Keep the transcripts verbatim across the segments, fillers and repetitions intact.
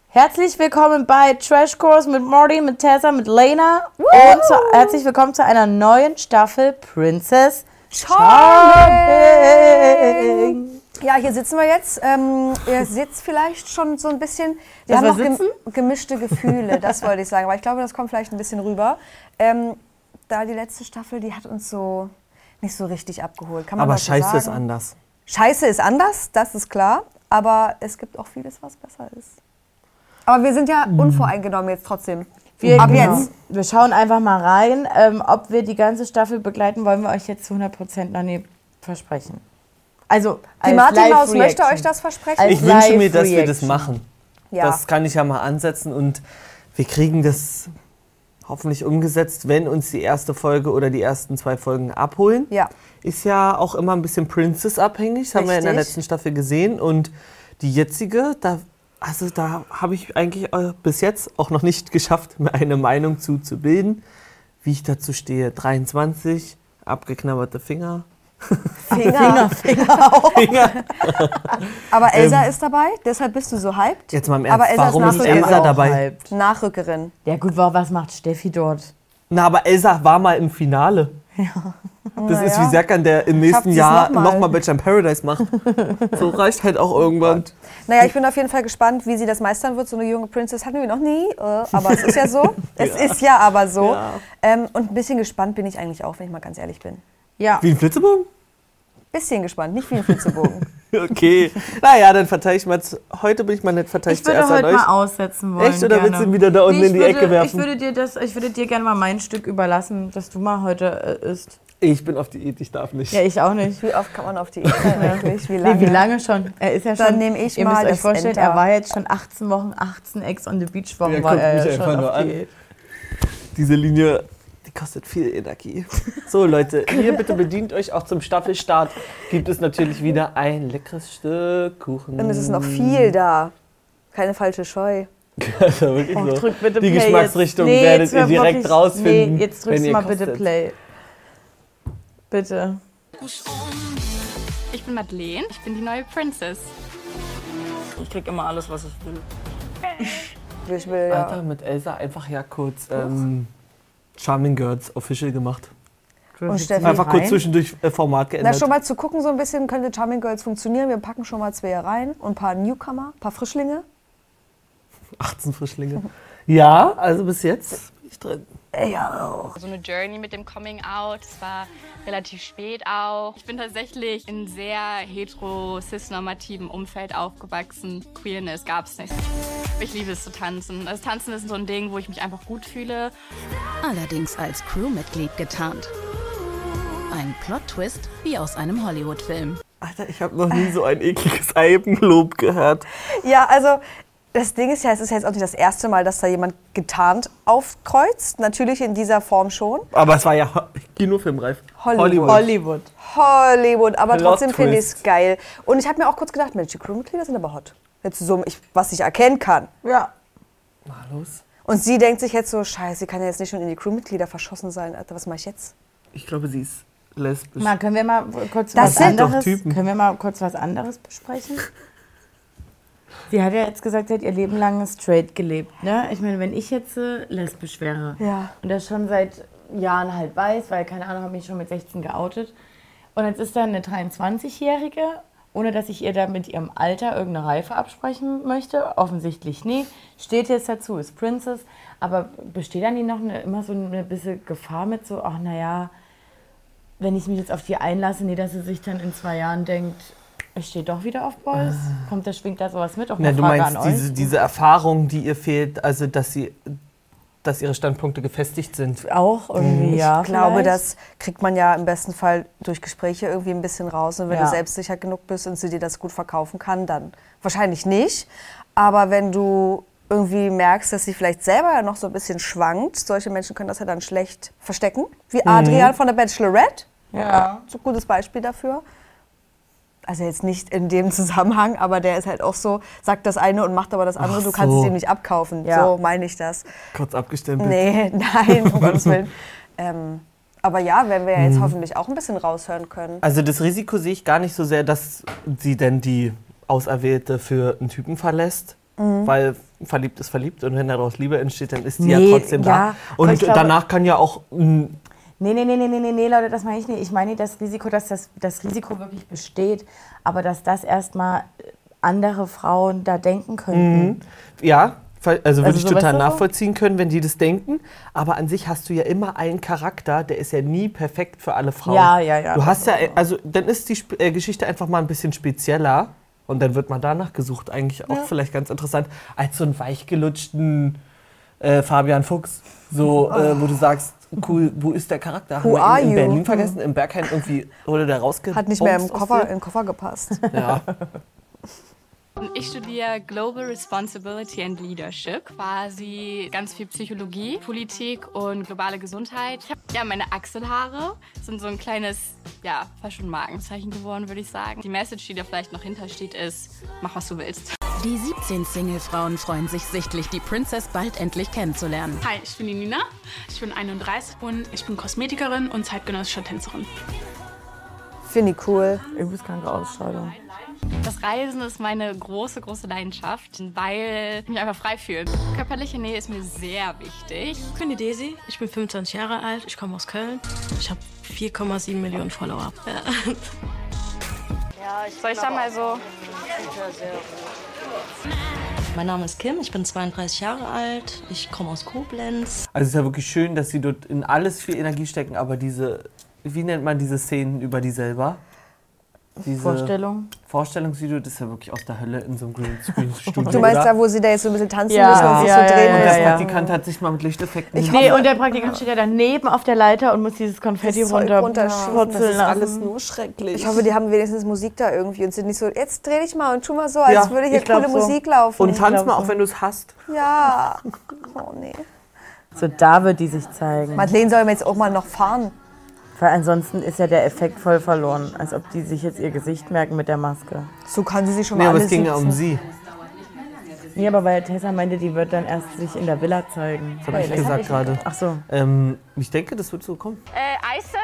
Herzlich willkommen bei Trash Course mit Morty, mit Tessa, mit Lena. Woo! Und zu, herzlich willkommen zu einer neuen Staffel Princess Charming. Ja, hier sitzen wir jetzt. Ähm, ihr sitzt vielleicht schon so ein bisschen. Wir Dass haben wir noch gem gemischte Gefühle, das wollte ich sagen. Aber ich glaube, das kommt vielleicht ein bisschen rüber. Ähm, da die letzte Staffel, die hat uns so nicht so richtig abgeholt. Kann man aber das so Scheiße sagen? ist anders. Scheiße ist anders, das ist klar. Aber es gibt auch vieles, was besser ist. Aber wir sind ja unvoreingenommen jetzt trotzdem. Wir, Ab genau. jetzt. Wir schauen einfach mal rein. Ähm, ob wir die ganze Staffel begleiten, wollen wir euch jetzt zu hundert Prozent noch nicht versprechen. Also, Die Martin Maus möchte euch das versprechen? Als Ich wünsche mir, dass wir Live-Reaction. das machen. Ja. Das kann ich ja mal ansetzen und wir kriegen das hoffentlich umgesetzt, wenn uns die erste Folge oder die ersten zwei Folgen abholen. Ja. Ist ja auch immer ein bisschen Princess-abhängig, das haben wir in der Richtig. letzten Staffel gesehen. Und die jetzige, da, also da habe ich eigentlich äh, bis jetzt auch noch nicht geschafft, mir eine Meinung zu, zu bilden, wie ich dazu stehe. dreiundzwanzig, abgeknabberte Finger. Finger. Finger auch. Finger. Aber Elsa Ähm. ist dabei, deshalb bist du so hyped. Jetzt mal im Aber Ernst, Elsa ist warum ist Nachrückerin. Elsa auch dabei? hyped. Nachrückerin. Ja gut, wa- was macht Steffi dort? Na, aber Elsa war mal im Finale. Das ist Naja. wie Serkan, der im nächsten Schafft sie's Jahr noch mal. nochmal Bachelor in Paradise macht. So reicht halt auch irgendwann. Naja, ich bin auf jeden Fall gespannt, wie sie das meistern wird. So eine junge Princess hatten wir noch nie. Äh, aber es ist ja so. Es Ja. ist ja aber so. Ja. Ähm, und ein bisschen gespannt bin ich eigentlich auch, wenn ich mal ganz ehrlich bin. Ja. Wie ein Flitzebogen? Bisschen gespannt, nicht wie ein Flitzebogen. Okay. Naja, dann verteile ich mal. z- Heute bin ich mal nicht verteilt Ich würde zuerst an heute euch. mal aussetzen wollen. Echt? Oder gerne. willst du ihn wieder da unten Nee, in die ich würde, Ecke werfen? Ich würde, dir das, ich würde dir gerne mal mein Stück überlassen, dass du mal heute äh, isst. Ich bin auf Diät, ich darf nicht. Ja, ich auch nicht. Wie oft kann man auf die Ehe eigentlich? Wie lange? Nee, wie lange schon? Er ist ja schon. Dann nehme ich ihr mal müsst euch das vorstellen, Enter. er war jetzt schon achtzehn Wochen, achtzehn Ex on the Beach Wochen Ja, war guckt er mich ja einfach schon nur auf an. Diät. Diese Linie, die kostet viel Energie. So Leute, hier bitte bedient euch auch zum Staffelstart. Gibt es natürlich wieder ein leckeres Stück Kuchen. Und es ist noch viel da. Keine falsche Scheu. Also wirklich Oh, so. drück bitte Die Play Geschmacksrichtung jetzt. Nee, werdet jetzt ihr hör direkt wirklich- rausfinden. Nee, jetzt wenn drückst du ihr mal bitte kostet. Play. Bitte. Ich bin Madeleine, ich bin die neue Princess. Ich krieg immer alles, was ich will. Ich will, ja. Alter, mit Elsa einfach ja kurz ähm, Charming Girls official gemacht. Und Steffi Einfach kurz rein? zwischendurch äh, Format Na, geändert. schon mal zu gucken, so ein bisschen könnte Charming Girls funktionieren. Wir packen schon mal zwei rein und ein paar Newcomer, ein paar Frischlinge. achtzehn Frischlinge. Ja, also bis jetzt bin ich drin. Ja. So eine Journey mit dem Coming Out, es war relativ spät auch. Ich bin tatsächlich in sehr hetero-cis-normativen Umfeld aufgewachsen. Queerness gab's nicht. Ich liebe es zu tanzen. Das Tanzen ist so ein Ding, wo ich mich einfach gut fühle. Allerdings als Crewmitglied getarnt. Ein Plot-Twist wie aus einem Hollywood-Film. Alter, ich habe noch nie so ein ekliges Eigenlob gehört. Ja, also das Ding ist ja, es ist ja jetzt auch nicht das erste Mal, dass da jemand getarnt aufkreuzt. Natürlich in dieser Form schon. Aber es war ja Ho- Kinofilmreif. Hollywood. Hollywood. Hollywood, aber Plot trotzdem finde ich es Twist. geil. Und ich habe mir auch kurz gedacht, Mensch, die Crewmitglieder sind aber hot. Jetzt so, ich, was ich erkennen kann. Ja. Na los. Und sie denkt sich jetzt so, scheiße, sie kann ja jetzt nicht schon in die Crewmitglieder verschossen sein. Alter, was mache ich jetzt? Ich glaube, sie ist lesbisch. Mal, können wir mal kurz Das was sind doch anderes? Typen. Können wir mal kurz was anderes besprechen? Sie hat ja jetzt gesagt, sie hat ihr Leben lang straight gelebt. Ne? Ich meine, wenn ich jetzt äh, lesbisch wäre Ja. und das schon seit Jahren halt weiß, weil, keine Ahnung, habe mich schon mit sechzehn geoutet. Und jetzt ist da eine dreiundzwanzigjährige, ohne dass ich ihr da mit ihrem Alter irgendeine Reife absprechen möchte. Offensichtlich nicht. Steht jetzt dazu, ist Princess. Aber besteht dann nicht noch eine, immer so eine bisschen Gefahr mit so, ach naja, wenn ich mich jetzt auf die einlasse, nee, dass sie sich dann in zwei Jahren denkt, ich stehe doch wieder auf Boys? Kommt da, schwingt da sowas mit? Auch Na, eine du Frage meinst an euch. diese, diese Erfahrung, die ihr fehlt, also dass sie, dass ihre Standpunkte gefestigt sind. Auch irgendwie, ja. Ich glaube, vielleicht. das kriegt man ja im besten Fall durch Gespräche irgendwie ein bisschen raus. Und wenn Ja. du selbstsicher genug bist und sie dir das gut verkaufen kann, dann wahrscheinlich nicht. Aber wenn du irgendwie merkst, dass sie vielleicht selber ja noch so ein bisschen schwankt, solche Menschen können das ja dann schlecht verstecken. Wie Adrian von der Bachelorette. Ja. So ein gutes Beispiel dafür. Also jetzt nicht in dem Zusammenhang, aber der ist halt auch so, sagt das eine und macht aber das andere, Ach du kannst so. es ihm nicht abkaufen. Ja. So meine ich das. Kurz abgestempelt. Nee, nein, um Gottes Willen. Ähm, aber ja, werden wir ja jetzt hoffentlich auch ein bisschen raushören können. Also das Risiko sehe ich gar nicht so sehr, dass sie denn die Auserwählte für einen Typen verlässt. Weil verliebt ist verliebt und wenn daraus Liebe entsteht, dann ist die Nee, ja trotzdem ja, da. Und aber ich glaube- danach kann ja auch mh, Nee, nee, nee, nee, nee, nee, nee, Leute, das meine ich nicht. Ich meine nicht das Risiko, dass das, das Risiko wirklich besteht, aber dass das erstmal andere Frauen da denken könnten. ja, also würde Also ich so, total weißt du so? nachvollziehen können, wenn die das denken. Aber an sich hast du ja immer einen Charakter, der ist ja nie perfekt für alle Frauen. Ja, ja, ja, Du das hast ja, ist so. also dann ist die Sp äh, Geschichte einfach mal ein bisschen spezieller und dann wird man danach gesucht. Eigentlich auch vielleicht ganz interessant, als so einen weichgelutschten äh, Fabian Fuchs, so, äh, wo du sagst, cool, wo ist der Charakter? Who Haben wir are ihn in you? Berlin vergessen, im Berghain irgendwie wurde der rausge. Hat nicht mehr im bumst aus Koffer, dir? in den Koffer gepasst. Ja. Ich studiere Global Responsibility and Leadership, quasi ganz viel Psychologie, Politik und globale Gesundheit. Ich habe ja meine Achselhaare sind so ein kleines, ja, fast schon Markenzeichen geworden, würde ich sagen. Die Message, die da vielleicht noch hintersteht, ist: Mach was du willst. Die siebzehn Single-Frauen freuen sich sichtlich, die Princess bald endlich kennenzulernen. Hi, ich bin die Nina, ich bin einunddreißig und ich bin Kosmetikerin und zeitgenössische Tänzerin. Finde ich cool. Übelst kranke Ausstrahlung. Das Reisen ist meine große, große Leidenschaft, weil ich mich einfach frei fühle. Körperliche Nähe ist mir sehr wichtig. Ich bin die Daisy, ich bin fünfundzwanzig Jahre alt, ich komme aus Köln. Ich habe vier Komma sieben Millionen Follower. Ja. Soll ich da mal so... Mein Name ist Kim, ich bin zweiunddreißig Jahre alt, ich komme aus Koblenz. Also es ist ja wirklich schön, dass sie dort in alles viel Energie stecken, aber diese, wie nennt man diese Szenen über die selber? Diese Vorstellung. Vorstellungsvideo, das ist ja wirklich aus der Hölle in so einem Greenscreen-Studio. Du meinst oder? da, wo sie da jetzt so ein bisschen tanzen Ja, müssen und sich ja, so ja, drehen? ja, Und und der das ja. Praktikant hat sich mal mit Lichteffekten... Ich Nee, und der Praktikant steht ja daneben auf der Leiter und muss dieses Konfetti Das Zeug runter runterschießen, purzeln das ist lassen. alles nur schrecklich. Ich hoffe, die haben wenigstens Musik da irgendwie und sind nicht so, jetzt dreh dich mal und tu mal so, als Ja, würde hier ich glaub coole so. Musik laufen. Und tanz glaub mal, so. auch wenn du es hast. Ja. Oh nee. So, da wird die sich zeigen. Madeleine soll mir jetzt auch mal noch fahren. Weil ansonsten ist ja der Effekt voll verloren. Als ob die sich jetzt ihr Gesicht merken mit der Maske. So kann sie sich schon Nee, mal aber alles es ging ja um sitzen. sie. Nee, aber weil Tessa meinte, die wird dann erst sich in der Villa zeigen. Das habe ich gesagt gerade. Ach so. Ähm, ich denke, das wird so kommen. Äh, Eisen?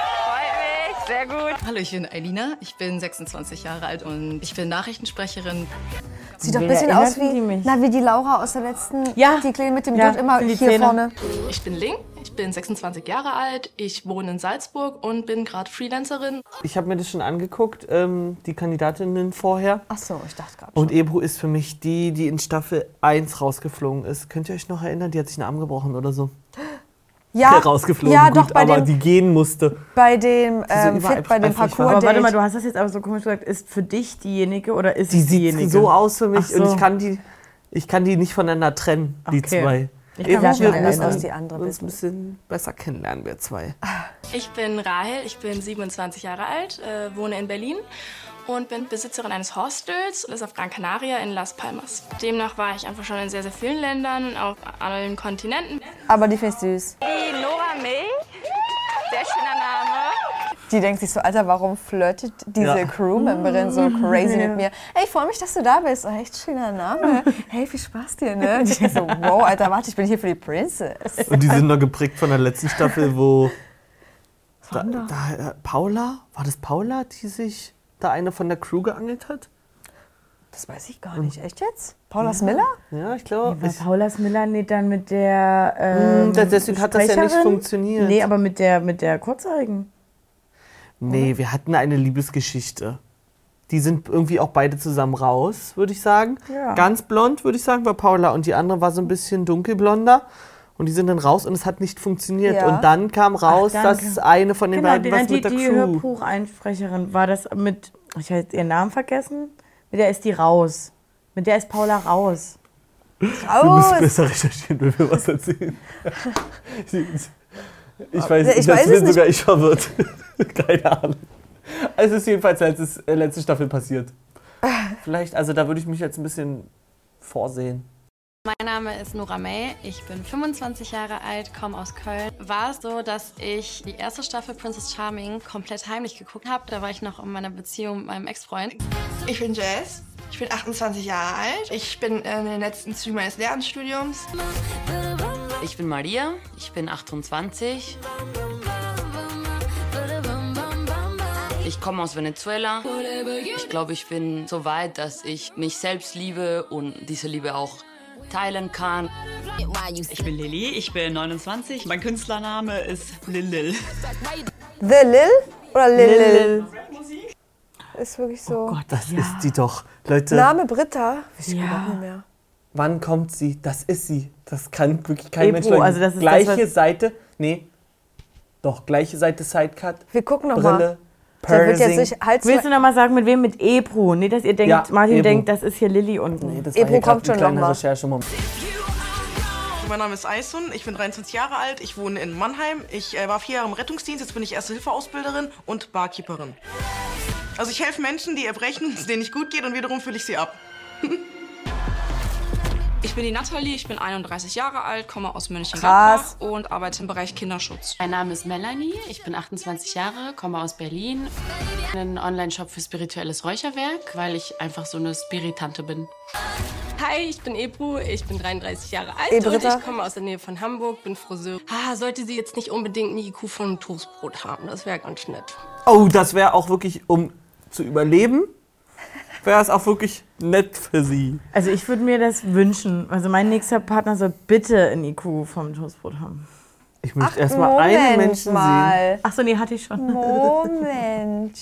Freut mich, sehr gut. Hallo, ich bin Eilina, ich bin sechsundzwanzig Jahre alt und ich bin Nachrichtensprecherin. Sieht doch ein Wen bisschen aus erinnerten die wie, mich? na, wie die Laura aus der letzten, Ja. die Kleine mit dem Ja, Dutt immer sind die hier Zähne. vorne. Ich bin Ling, ich bin sechsundzwanzig Jahre alt, ich wohne in Salzburg und bin gerade Freelancerin. Ich habe mir das schon angeguckt, ähm, die Kandidatinnen vorher. Ach so, ich dachte gerade Und Ebru ist für mich die, die in Staffel eins rausgeflogen ist. Könnt ihr euch noch erinnern? Die hat sich einen Arm gebrochen oder so. Ja, rausgeflogen, ja gut, doch, bei aber dem, die gehen musste. bei dem, ähm, überall Fit, bei dem eifrig waren. Parcours. Aber warte mal, du hast das jetzt aber so komisch gesagt. Ist für dich diejenige oder ist Die es sieht diejenige? so aus für mich Ach so. und ich kann die, ich kann die nicht voneinander trennen, die Okay. zwei. Ich Ebru, kann mich wir schon müssen erinnern. die andere uns ein bist. bisschen besser kennenlernen, wir zwei. Ich bin Rahel, ich bin siebenundzwanzig Jahre alt, äh, wohne in Berlin und bin Besitzerin eines Hostels. Das ist auf Gran Canaria in Las Palmas. Demnach war ich einfach schon in sehr, sehr vielen Ländern, auf allen Kontinenten. Aber die finde ich süß. Die Nora May, sehr schöner Name. Die denkt sich so, Alter, warum flirtet diese Ja. Crewmemberin so crazy mit mir? Ey, ich freue mich, dass du da bist. Oh, echt schöner Name. Hey, viel Spaß dir, ne? Und ich denk so, wow, Alter, warte, ich bin hier für die Princess. Und die sind noch geprägt von der letzten Staffel, wo da, Von da? da, äh, Paula, war das Paula, die sich da eine von der Crew geangelt hat? Das weiß ich gar nicht. Echt jetzt? Paulas Miller? Ja, ich glaube. Weil Paula Smiller nicht dann mit der ähm, Mm, deswegen hat das ja nicht Sprecherin? funktioniert. Nee, aber mit der, mit der Kurzhaarigen. Nee, wir hatten eine Liebesgeschichte. Die sind irgendwie auch beide zusammen raus, würde ich sagen. Ja. Ganz blond, würde ich sagen, war Paula. Und die andere war so ein bisschen dunkelblonder. Und die sind dann raus und es hat nicht funktioniert. Ja. Und dann kam raus, Ach, dass danke. eine von den Genau, beiden die, was die, mit der die Crew. Hörbucheinsprecherin war das mit, ich habe jetzt ihren Namen vergessen, mit der ist die raus. Mit der ist Paula raus. Wir müssen Raus! besser recherchieren, wenn wir was erzählen. Ich weiß, Ich ich weiß weiß es nicht. sogar ich verwirrt. Keine Ahnung. Es ist jedenfalls letztes, äh, letzte Staffel passiert. Vielleicht, also da würde ich mich jetzt ein bisschen vorsehen. Mein Name ist Nora May, ich bin fünfundzwanzig Jahre alt, komme aus Köln. War es so, dass ich die erste Staffel Princess Charming komplett heimlich geguckt habe. Da war ich noch in meiner Beziehung mit meinem Ex-Freund. Ich bin Jess, ich bin achtundzwanzig Jahre alt. Ich bin in den letzten Zügen meines Lehramtsstudiums. Ich bin Maria, ich bin achtundzwanzig. Ich komme aus Venezuela. Ich glaube, ich bin so weit, dass ich mich selbst liebe und diese Liebe auch stylen kann. Ich bin Lilly, ich bin neunundzwanzig. Mein Künstlername ist Lil Lil. The Lil oder Lil Lil? Ist wirklich so. Oh Gott, das ja. ist die doch. Leute. Name Britta? Weiß ich ja. gar nicht mehr. Wann kommt sie? Das ist sie. Das kann wirklich kein Ebro, Mensch leugnen. also das ist Gleiche das, Seite. Nee. Doch, gleiche Seite Sidecut. Wir gucken noch Brille. Mal. Wird jetzt nicht, Willst du noch mal sagen, mit wem? Mit Ebro? Nee, dass ihr denkt, ja, Martin Ebro. denkt, das ist hier Lilly unten. Nee, das Ebro kommt schon noch mal. Recherchemoment. Mein Name ist Aysun, ich bin dreiundzwanzig Jahre alt, ich wohne in Mannheim. Ich äh, war vier Jahre im Rettungsdienst, jetzt bin ich Erste-Hilfe-Ausbilderin und Barkeeperin. Also ich helfe Menschen, die erbrechen, es denen nicht gut geht und wiederum fülle ich sie ab. Ich bin die Nathalie, ich bin einunddreißig Jahre alt, komme aus Mönchengladbach und arbeite im Bereich Kinderschutz. Mein Name ist Melanie, ich bin achtundzwanzig Jahre, komme aus Berlin. Einen Online-Shop für spirituelles Räucherwerk, weil ich einfach so eine Spiritante bin. Hi, ich bin Ebru, ich bin dreiunddreißig Jahre alt hey, und ich komme aus der Nähe von Hamburg, bin Friseur. Ah, sollte sie jetzt nicht unbedingt ein I Q von einem Toastbrot haben, das wäre ganz nett. Oh, das wäre auch wirklich, um zu überleben, wäre es auch wirklich nett für sie. Also ich würde mir das wünschen. Also mein nächster Partner soll bitte ein I Q vom Toastbrot haben. Ich möchte erst mal einen Menschen mal. sehen. Achso, nee, hatte ich schon. Moment.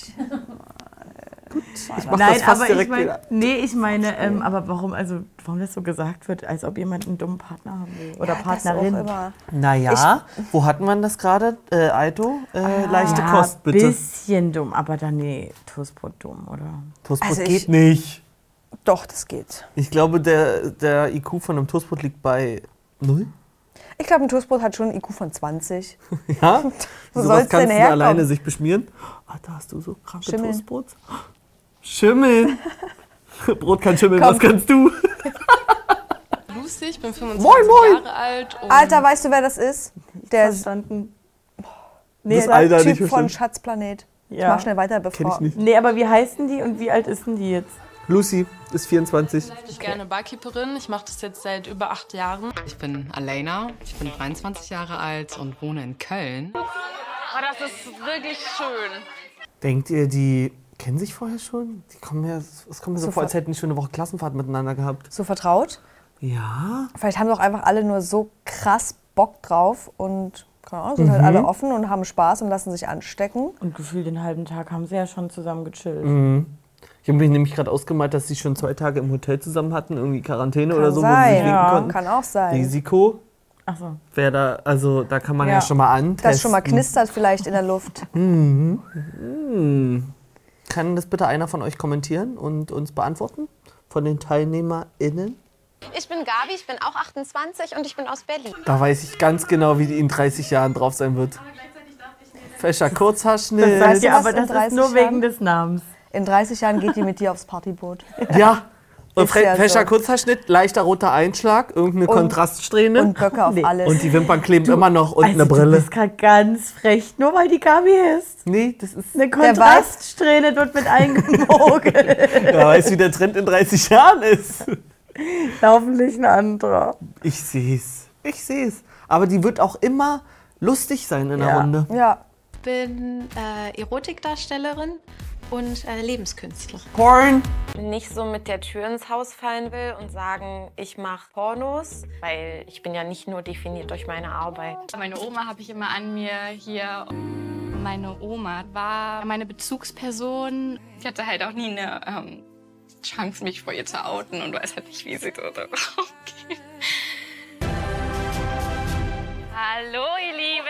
Gut, ich mach Nein, das fast aber direkt ich mein, wieder. nee, ich meine, ähm, aber warum, also warum das so gesagt wird, als ob jemand einen dummen Partner haben will oder ja, Partnerin. Das auch immer. Naja, wo hatten wir das gerade? Äh, Aito? Äh, ah, leichte ja, Kost, bitte. Bisschen dumm, aber dann nee, Toastbrot dumm, oder? Toastbrot Also geht ich- nicht. Doch, das geht. Ich glaube, der, der I Q von einem Toastbrot liegt bei null. Ich glaube, ein Toastbrot hat schon ein I Q von zwanzig. Ja? Wo Sowas soll's denn kannst du herkommen? alleine sich beschmieren. Ah, da hast du so kranke Schimmeln. Toastbrots. Schimmeln. Brot kann schimmeln, Komm. was kannst du? Lucy, ich bin fünfundzwanzig Moin, moin. Jahre alt. Und Alter, weißt du, wer das ist? Der Verstanden. nee, Das der Alter nicht Typ von verstanden. Schatzplanet. Ich Ja. mach schnell weiter, Kenn bevor... ich nicht. Nee, aber wie heißen die und wie alt ist denn die jetzt? Lucy ist vierundzwanzig. ich bin gerne Barkeeperin. Ich mache das jetzt seit über acht Jahren. Ich bin Alena, ich bin dreiundzwanzig Jahre alt und wohne in Köln. Oh, das ist wirklich schön. Denkt ihr, die kennen sich vorher schon? Die kommen mir, es kommt mir so, So vor, als ver- hätten die schon eine Woche Klassenfahrt miteinander gehabt. So vertraut? Ja. Vielleicht haben doch einfach alle nur so krass Bock drauf und keine Ahnung, sind halt Mhm. alle offen und haben Spaß und lassen sich anstecken. Und gefühlt den halben Tag haben sie ja schon zusammen gechillt. Mhm. Ich habe mich nämlich gerade ausgemalt, dass sie schon zwei Tage im Hotel zusammen hatten, irgendwie Quarantäne Kann oder so, wo sie sein, sich winken ja. konnten. Kann auch sein. Risiko Ach so. wäre da, also da kann man ja, Ja. schon mal antesten. Das schon mal knistert vielleicht in der Luft. Mhm. Mhm. Kann das bitte einer von euch kommentieren und uns beantworten? Von den TeilnehmerInnen? Ich bin Gabi, ich bin auch achtundzwanzig und ich bin aus Berlin. Da weiß ich ganz genau, wie die in dreißig Jahren drauf sein wird. Fescher Kurzhaarschnitt. Das sagt ihr, was aber in das ist dreißig nur wegen Jahren? des Namens. In dreißig Jahren geht die mit dir aufs Partyboot. Ja. Und Ist ja Fescher so. Kurzhaarschnitt, leichter roter Einschlag, irgendeine Und- Kontraststrähne. Und Böcke auf Nee. alles. Und die Wimpern kleben immer noch und Also eine du Brille. bist gerade ganz frech, nur weil die Gabi ist. Nee, das ist. Eine weiß- Kontraststrähne wird mit eingemogelt. Wer weiß, wie der Trend in dreißig Jahren ist. Hoffentlich ein anderer. Ich seh's. Ich seh's. Aber die wird auch immer lustig sein in der Ja. Runde. Ja. Ich bin äh, Erotikdarstellerin und äh, Lebenskünstlerin. Porn. Nicht so mit der Tür ins Haus fallen will und sagen, ich mache Pornos, weil ich bin ja nicht nur definiert durch meine Arbeit. Meine Oma habe ich immer an mir hier. Meine Oma war meine Bezugsperson. Ich hatte halt auch nie eine ähm, Chance, mich vor ihr zu outen und weiß halt nicht, wie sie so darauf geht. Hallo, ihr Lieben!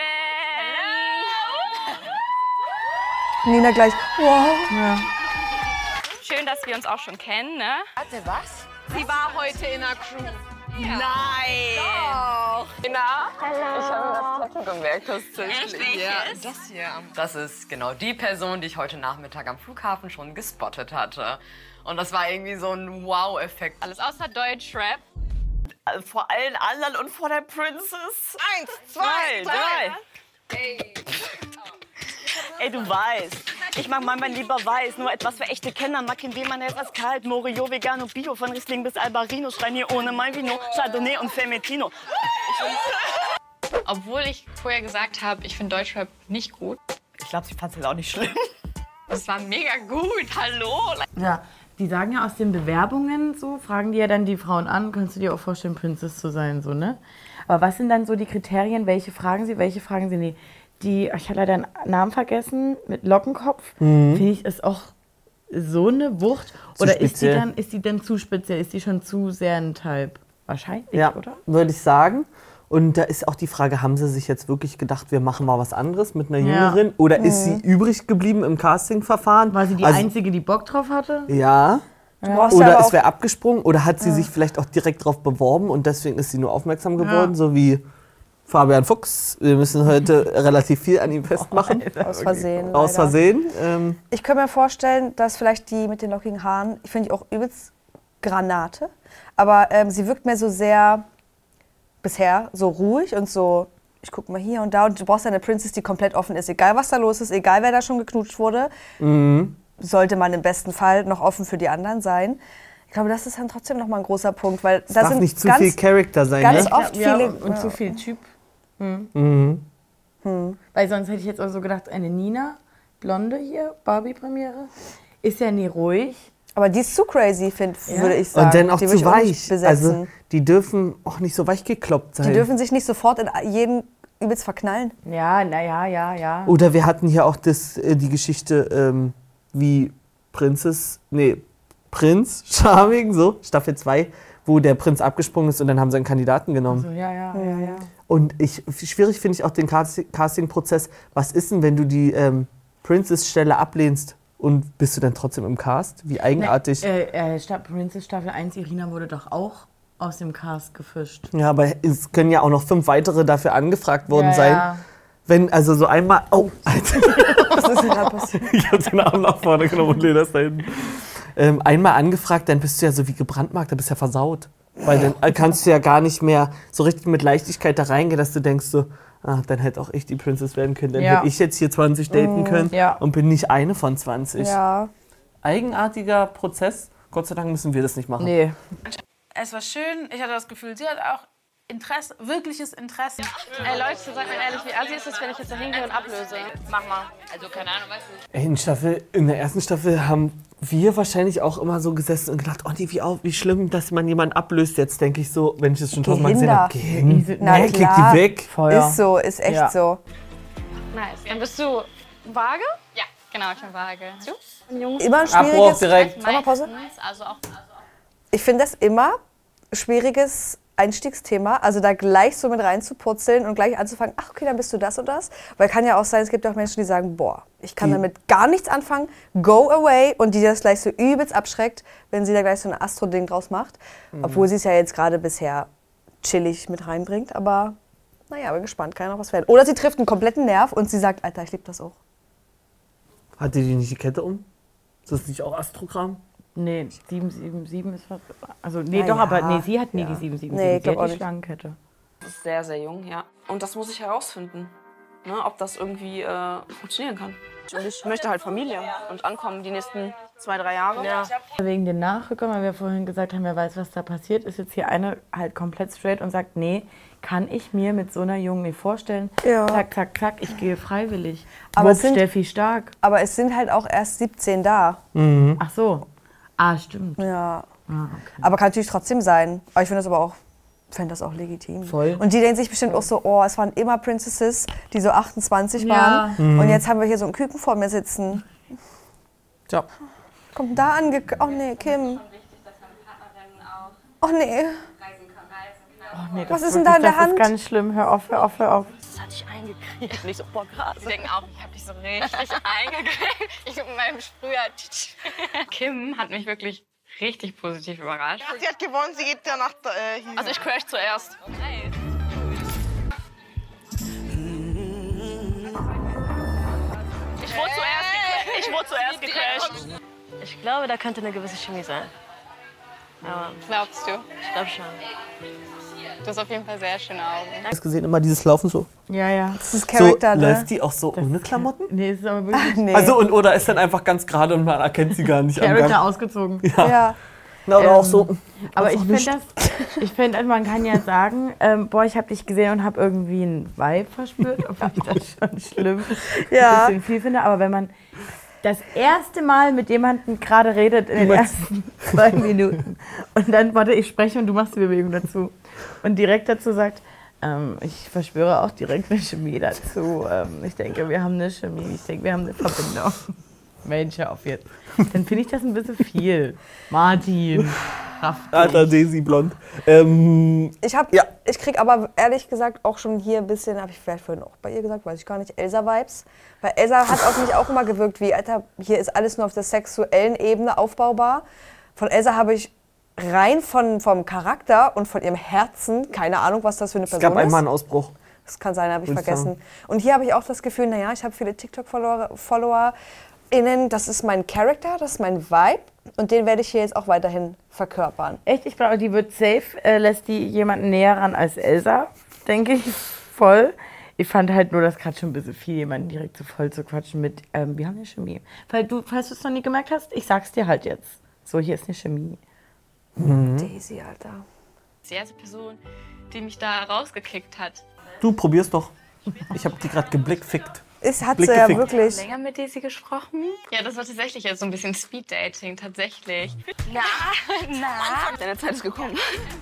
Nina gleich, wow. Ja. Schön, dass wir uns auch schon kennen, ne? Warte, was? Sie war heute in der Crew. Ja. Nein! Doch! Na? Ich habe mir das Tattoo gemerkt, Echt? Ja, das hier. Das ist genau die Person, die ich heute Nachmittag am Flughafen schon gespottet hatte. Und das war irgendwie so ein Wow-Effekt. Alles außer Deutschrap. Vor allen anderen und vor der Princess. Eins, zwei, drei. Ey. Ey, du weißt, ich mag manchmal lieber weiß, nur etwas für echte Kenner. Mag in man etwas kalt, Morio, Vegano, Bio, von Riesling bis Albarino. Schreien hier ohne mein Vino, Chardonnay und Fermentino. Obwohl ich vorher gesagt habe, ich finde Deutschrap nicht gut. Ich glaube, sie fand es jetzt auch nicht schlimm. Das war mega gut, hallo. Ja, Die sagen ja aus den Bewerbungen so, fragen die ja dann die Frauen an, kannst du dir auch vorstellen, Princess zu sein, so, ne? Aber was sind dann so die Kriterien, welche fragen sie, welche fragen sie nicht? Die, ich habe leider einen Namen vergessen, mit Lockenkopf, Mhm. finde ich, ist auch so eine Wucht. Zu Oder ist die, speziell. dann, ist die dann zu speziell, ist die schon zu sehr ein Type? Wahrscheinlich, Ja, oder? würde ich sagen. Und da ist auch die Frage, haben sie sich jetzt wirklich gedacht, wir machen mal was anderes mit einer Ja. Jüngeren? Oder ist Mhm. sie übrig geblieben im Castingverfahren? War sie die Also- Einzige, die Bock drauf hatte? Ja. Du brauchst Oder aber es auch- wäre abgesprungen. Oder hat sie Ja. sich vielleicht auch direkt drauf beworben und deswegen ist sie nur aufmerksam geworden, Ja. so wie Fabian Fuchs. Wir müssen heute relativ viel an ihm festmachen. Aus Versehen. Aus leider. Versehen. Ähm, Ich könnte mir vorstellen, dass vielleicht die mit den lockigen Haaren, ich finde die auch übelst Granate, aber ähm, sie wirkt mir so sehr bisher so ruhig und so, ich gucke mal hier und da und du brauchst eine Princess, die komplett offen ist. Egal, was da los ist, egal, wer da schon geknutscht wurde, mhm. sollte man im besten Fall noch offen für die anderen sein. Ich glaube, das ist dann trotzdem noch mal ein großer Punkt, weil Es da darf sind nicht zu ganz, viel Charakter sein, ganz ne? oft Ja, viele und zu viel Typ. Hm. Mhm. Hm. Weil sonst hätte ich jetzt auch so gedacht, eine Nina, Blonde hier, Barbie-Premiere, ist ja nie ruhig. Aber die ist zu crazy, find, Ja. würde ich sagen. Und dann auch die würde zu ich nicht weich. besetzen. Also die dürfen auch nicht so weich gekloppt sein. Die dürfen sich nicht sofort in jeden übelst verknallen. Ja, naja, ja, ja. Oder wir hatten hier auch das, äh, die Geschichte, ähm, wie Prinzess, nee, Prinz Charming, so, Staffel zwei, wo der Prinz abgesprungen ist und dann haben sie einen Kandidaten genommen. Also, ja, ja, ja, ja. Und ich, schwierig finde ich auch den Casti- Casting-Prozess. Was ist denn, wenn du die ähm, Princess-Stelle ablehnst und bist du dann trotzdem im Cast? Wie eigenartig. Ne, äh, äh, Sta- Princess Staffel eins, Irina wurde doch auch aus dem Cast gefischt. Ja, aber es können ja auch noch fünf weitere dafür angefragt worden Ja, sein. ja. Wenn, also so einmal. Oh, Alter. Was ist denn da passiert? Ich hab den Arm nach vorne genommen und lehne das da hinten. Ähm, einmal angefragt, dann bist du ja so wie gebrandmarkt, da bist du ja versaut. Weil dann kannst du ja gar nicht mehr so richtig mit Leichtigkeit da reingehen, dass du denkst so, ah, dann hätte auch ich die Princess werden können. Dann Ja. hätte ich jetzt hier zwanzig daten Mhm. können Ja. und bin nicht eine von zwanzig. Ja. Eigenartiger Prozess. Gott sei Dank müssen wir das nicht machen. Nee. Es war schön. Ich hatte das Gefühl, sie hat auch Interesse, wirkliches Interesse. Ey Leute, sagt mir ehrlich, wie assi ist es, wenn ich jetzt da hingehe und ablöse? Mach mal. Also keine Ahnung, weißt du. Ey, in, Staffel, in der ersten Staffel haben wir wahrscheinlich auch immer so gesessen und gedacht, oh nee, wie, au- wie schlimm, dass man jemanden ablöst. Jetzt denke ich so, wenn ich es schon tausendmal gesehen habe, geh hin, Na nee, klick klar. die weg. Feuer. Ist so, ist echt Ja. so. Nice. Dann bist du vage? Ja, genau, ich bin vage. Du? Jungs? Immer ein Abbruch schwieriges. direkt. Sommerpause? Also auch. Ich finde das immer schwieriges Einstiegsthema, also da gleich so mit reinzupurzeln und gleich anzufangen, ach okay, dann bist du das und das. Weil kann ja auch sein, es gibt auch Menschen, die sagen, boah, ich kann Die- damit gar nichts anfangen, go away, und die das gleich so übelst abschreckt, wenn sie da gleich so ein Astro-Ding draus macht. Mhm. Obwohl sie es ja jetzt gerade bisher chillig mit reinbringt, aber naja, bin gespannt, kann ja noch was werden. Oder sie trifft einen kompletten Nerv und sie sagt, Alter, ich liebe das auch. Hatte die nicht die Kette um? Ist das nicht auch Astrogramm? Nee, sieben sieben sieben ist was. Also, nee, Na doch, ja, aber nee, sie hat nie ja. die sieben sieben Nee, sieben. ich glaub sie auch hat die nicht. Schlangenkette. Das ist sehr, sehr jung, ja. Und das muss ich herausfinden, ne, ob das irgendwie äh, funktionieren kann. Und ich möchte halt Familie und ankommen die nächsten zwei, drei Jahre. Ja. Wegen den Nachrückern, weil wir vorhin gesagt haben, wer weiß, was da passiert, ist jetzt hier eine halt komplett straight und sagt, nee, kann ich mir mit so einer Jungen nicht vorstellen. Ja. Zack, zack, zack, ich gehe freiwillig. Aber Wupp, es sind- Steffi Stark. Aber es sind halt auch erst siebzehn da. Mhm. Ach so. Ah, stimmt. Ja. Ah, okay. Aber kann natürlich trotzdem sein. Aber ich finde das aber auch, fände das auch legitim. Voll. Und die denken sich bestimmt auch so, oh, es waren immer Princesses, die so achtundzwanzig Ja. waren. Mhm. Und jetzt haben wir hier so einen Küken vor mir sitzen. Ja. Kommt da ange... Oh nee, Kim. Oh nee. Oh, nee, Was das ist denn da in wirklich- der Hand? Das ist ganz schlimm. Hör auf, hör auf, hör auf. Das hat dich eingekriegt. Und ich so, boah, krass. Die denken auch, ich hab dich so richtig eingekriegt. Ich mit meinem Sprüher. Kim hat mich wirklich richtig positiv überrascht. Sie hat gewonnen, sie geht danach äh, hier. Also ich crash zuerst. Okay. Ich wurde zuerst gecrashed. Ich wurde zuerst gecrashed. Ich glaube, da könnte eine gewisse Chemie sein. Aber Glaubst du? ich glaube schon. Du hast auf jeden Fall sehr schöne Augen. Hast gesehen, immer dieses Laufen so. Ja, ja. Das ist So Charakter, ne? läuft die auch so ohne Klamotten? Nee, es ist aber wirklich Nee. Also und oder ist dann einfach ganz gerade und man erkennt sie gar nicht am Charakter Gang. ausgezogen. Ja. Ja. Na, oder Ähm, auch so. Aber einfach ich finde nicht. das, ich finde, also man kann ja sagen, ähm, boah, ich habe dich gesehen und habe irgendwie einen Vibe verspürt, obwohl ich das schon schlimm Ja. ein bisschen viel finde. Aber wenn man, das erste Mal mit jemandem gerade redet in den ersten zwei Minuten. Und dann, warte, ich spreche und du machst die Bewegung dazu. Und direkt dazu sagt, ähm, ich verspüre auch direkt eine Chemie dazu. Ähm, ich denke, wir haben eine Chemie. Ich denke, wir haben eine Verbindung. Mensch, hör auf jetzt. Dann finde ich das ein bisschen viel. Martin. Alter, Daisy blond. Ähm, Ich, hab, ja. ich krieg aber ehrlich gesagt auch schon hier ein bisschen, habe ich vielleicht vorhin auch bei ihr gesagt, weiß ich gar nicht, Elsa-Vibes. Weil Elsa hat auf mich auch immer gewirkt wie, Alter, hier ist alles nur auf der sexuellen Ebene aufbaubar. Von Elsa habe ich rein von, vom Charakter und von ihrem Herzen, keine Ahnung, was das für eine Person ist. Es gab einmal einen Ausbruch. Das kann sein, habe ich Würde ich vergessen. sagen. Und hier habe ich auch das Gefühl, naja, ich habe viele TikTok-Follower, FollowerInnen, das ist mein Charakter, das ist mein Vibe. Und den werde ich hier jetzt auch weiterhin verkörpern. Echt? Ich glaube, die wird safe, äh, lässt die jemanden näher ran als Elsa, denke ich, voll. Ich fand halt nur das gerade schon ein bisschen viel, jemanden direkt so voll zu quatschen mit, ähm, wir haben eine Chemie. Weil du, falls du es noch nie gemerkt hast, ich sag's dir halt jetzt. So, hier ist eine Chemie. Mhm. Daisy, Alter. Die erste Person, die mich da rausgekickt hat. Du, probier's doch. Ich habe die gerade geblickfickt. Es hat Blick sie ja gefickt. wirklich. Länger mit Daisy gesprochen? Ja, das war tatsächlich jetzt so ein bisschen Speed-Dating, tatsächlich. Na, na. Deine Zeit ist gekommen.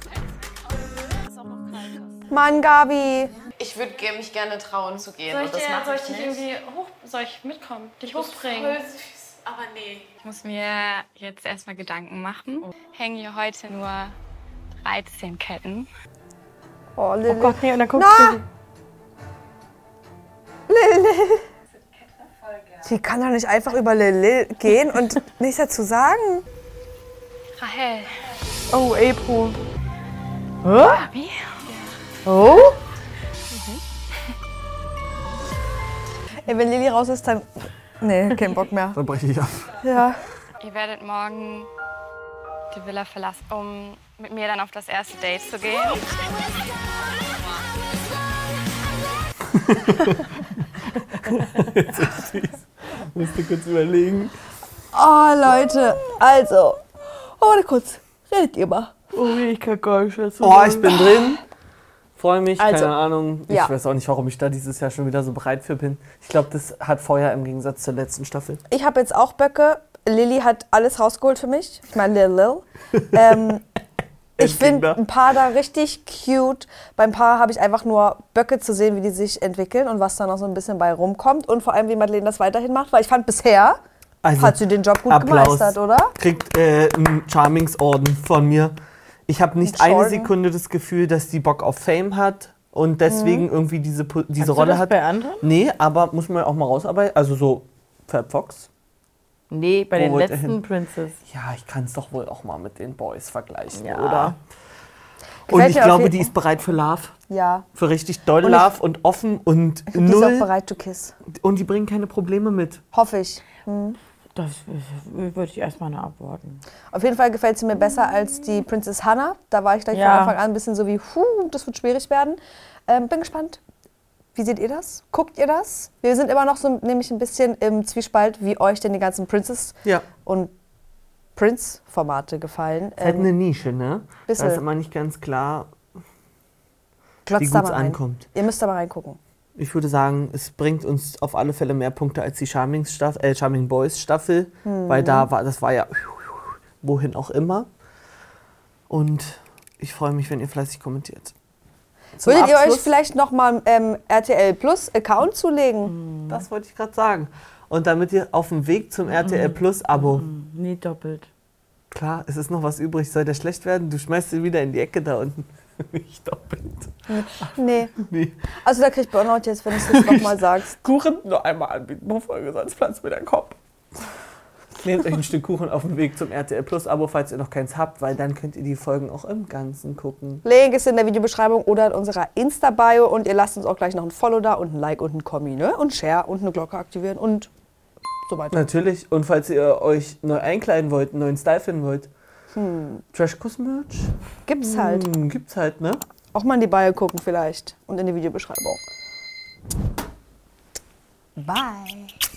Mann, Gabi. Ich würde mich gerne trauen zu gehen. Soll ich, und das dir, mache soll ich ich dich nicht. irgendwie hoch, soll ich mitkommen, dich hochbringen? Voll süß, aber nee. Ich muss mir jetzt erstmal Gedanken machen. Hängen hier heute nur dreizehn Ketten. Oh, Lili. Oh Gott, nee, und dann guckst Na! du. Lili. Sie kann doch nicht einfach über Lili gehen und nichts dazu sagen. Rahel. Oh, Ebro. Hä? Gabi? Oh? Ey, wenn Lili raus ist, dann... Nee, kein Bock mehr. Dann breche ich ab. Ja. Ihr werdet morgen die Villa verlassen, um mit mir dann auf das erste Date zu gehen. Jetzt ist süß. Musste kurz überlegen. Oh, Leute, also. Oh, warte kurz. Redet ihr mal. Oh, ich kann gar nicht dazu Oh, sagen. ich bin drin. Freue mich, Also, keine Ahnung. Ich ja. weiß auch nicht, warum ich da dieses Jahr schon wieder so bereit für bin. Ich glaube, das hat Feuer im Gegensatz zur letzten Staffel. Ich habe jetzt auch Böcke. Lilly hat alles rausgeholt für mich. Ich meine, Lil Lil. Ähm, ich finde ein paar da richtig cute. Beim Paar habe ich einfach nur Böcke zu sehen, wie die sich entwickeln und was da noch so ein bisschen bei rumkommt. Und vor allem, wie Madeleine das weiterhin macht. Weil ich fand, bisher Also, hat sie den Job gut Applaus. gemeistert, oder? Kriegt äh, einen Charmings-Orden von mir. Ich habe nicht Ein eine Jordan. Sekunde das Gefühl, dass die Bock auf Fame hat und deswegen Mhm. irgendwie diese, Po- diese Hast du Rolle das hat. bei anderen? Nee, aber muss man auch mal rausarbeiten. Also so Fab Fox. Nee, bei Wo den wollt ihr letzten hin? Princess. Ja, ich kann es doch wohl auch mal mit den Boys vergleichen, Ja. oder? Gefällt Und ich dir auf glaube, jeden- die ist bereit für Love. Ja. Für richtig doll Und ich- Love und offen und Ich glaube, die ist auch null. bereit to kiss. Und die bringen keine Probleme mit. Hoffe ich. Mhm. Das würde ich erstmal noch abwarten. Auf jeden Fall gefällt sie mir besser als die Princess Hannah. Da war ich gleich Ja. von Anfang an ein bisschen so wie, huh, das wird schwierig werden. Ähm, bin gespannt. Wie seht ihr das? Guckt ihr das? Wir sind immer noch so nämlich ein bisschen im Zwiespalt, wie euch denn die ganzen Princess- Ja. und Prince-Formate gefallen. Ist halt Ähm, eine Nische, ne? bisschen. Da ist immer nicht ganz klar, glotzt wie da gut es mal rein. ankommt. Ihr müsst da mal reingucken. Ich würde sagen, es bringt uns auf alle Fälle mehr Punkte als die Charming, Staff äh, Charming Boys Staffel, Mhm. weil da war, das war ja wohin auch immer. Und ich freue mich, wenn ihr fleißig kommentiert. Zum Würdet ihr euch Abschluss- vielleicht noch mal ähm, R T L Plus Account zulegen? Das wollte ich gerade sagen. Und damit ihr auf dem Weg zum R T L Plus Abo. Nee, doppelt. Klar, es ist noch was übrig. Soll der schlecht werden? Du schmeißt ihn wieder in die Ecke da unten. Nicht doppelt. Nee. Nee. Also da kriegt Burnout jetzt, wenn du es noch mal sagst. Kuchen nur einmal anbieten pro Folge, sonst platzt mir der Kopf. Nehmt euch ein Stück Kuchen auf dem Weg zum R T L Plus Abo, falls ihr noch keins habt, weil dann könnt ihr die Folgen auch im Ganzen gucken. Link ist in der Videobeschreibung oder in unserer Insta-Bio und ihr lasst uns auch gleich noch ein Follow da und ein Like und ein Kommi, ne? Und Share und eine Glocke aktivieren und so weiter. Natürlich. Und falls ihr euch neu einkleiden wollt, einen neuen Style finden wollt, Hm. Trashkuss-Merch? Gibt's halt. Hm, gibt's halt, ne? Auch mal in die Bio gucken vielleicht und in die Videobeschreibung. Bye.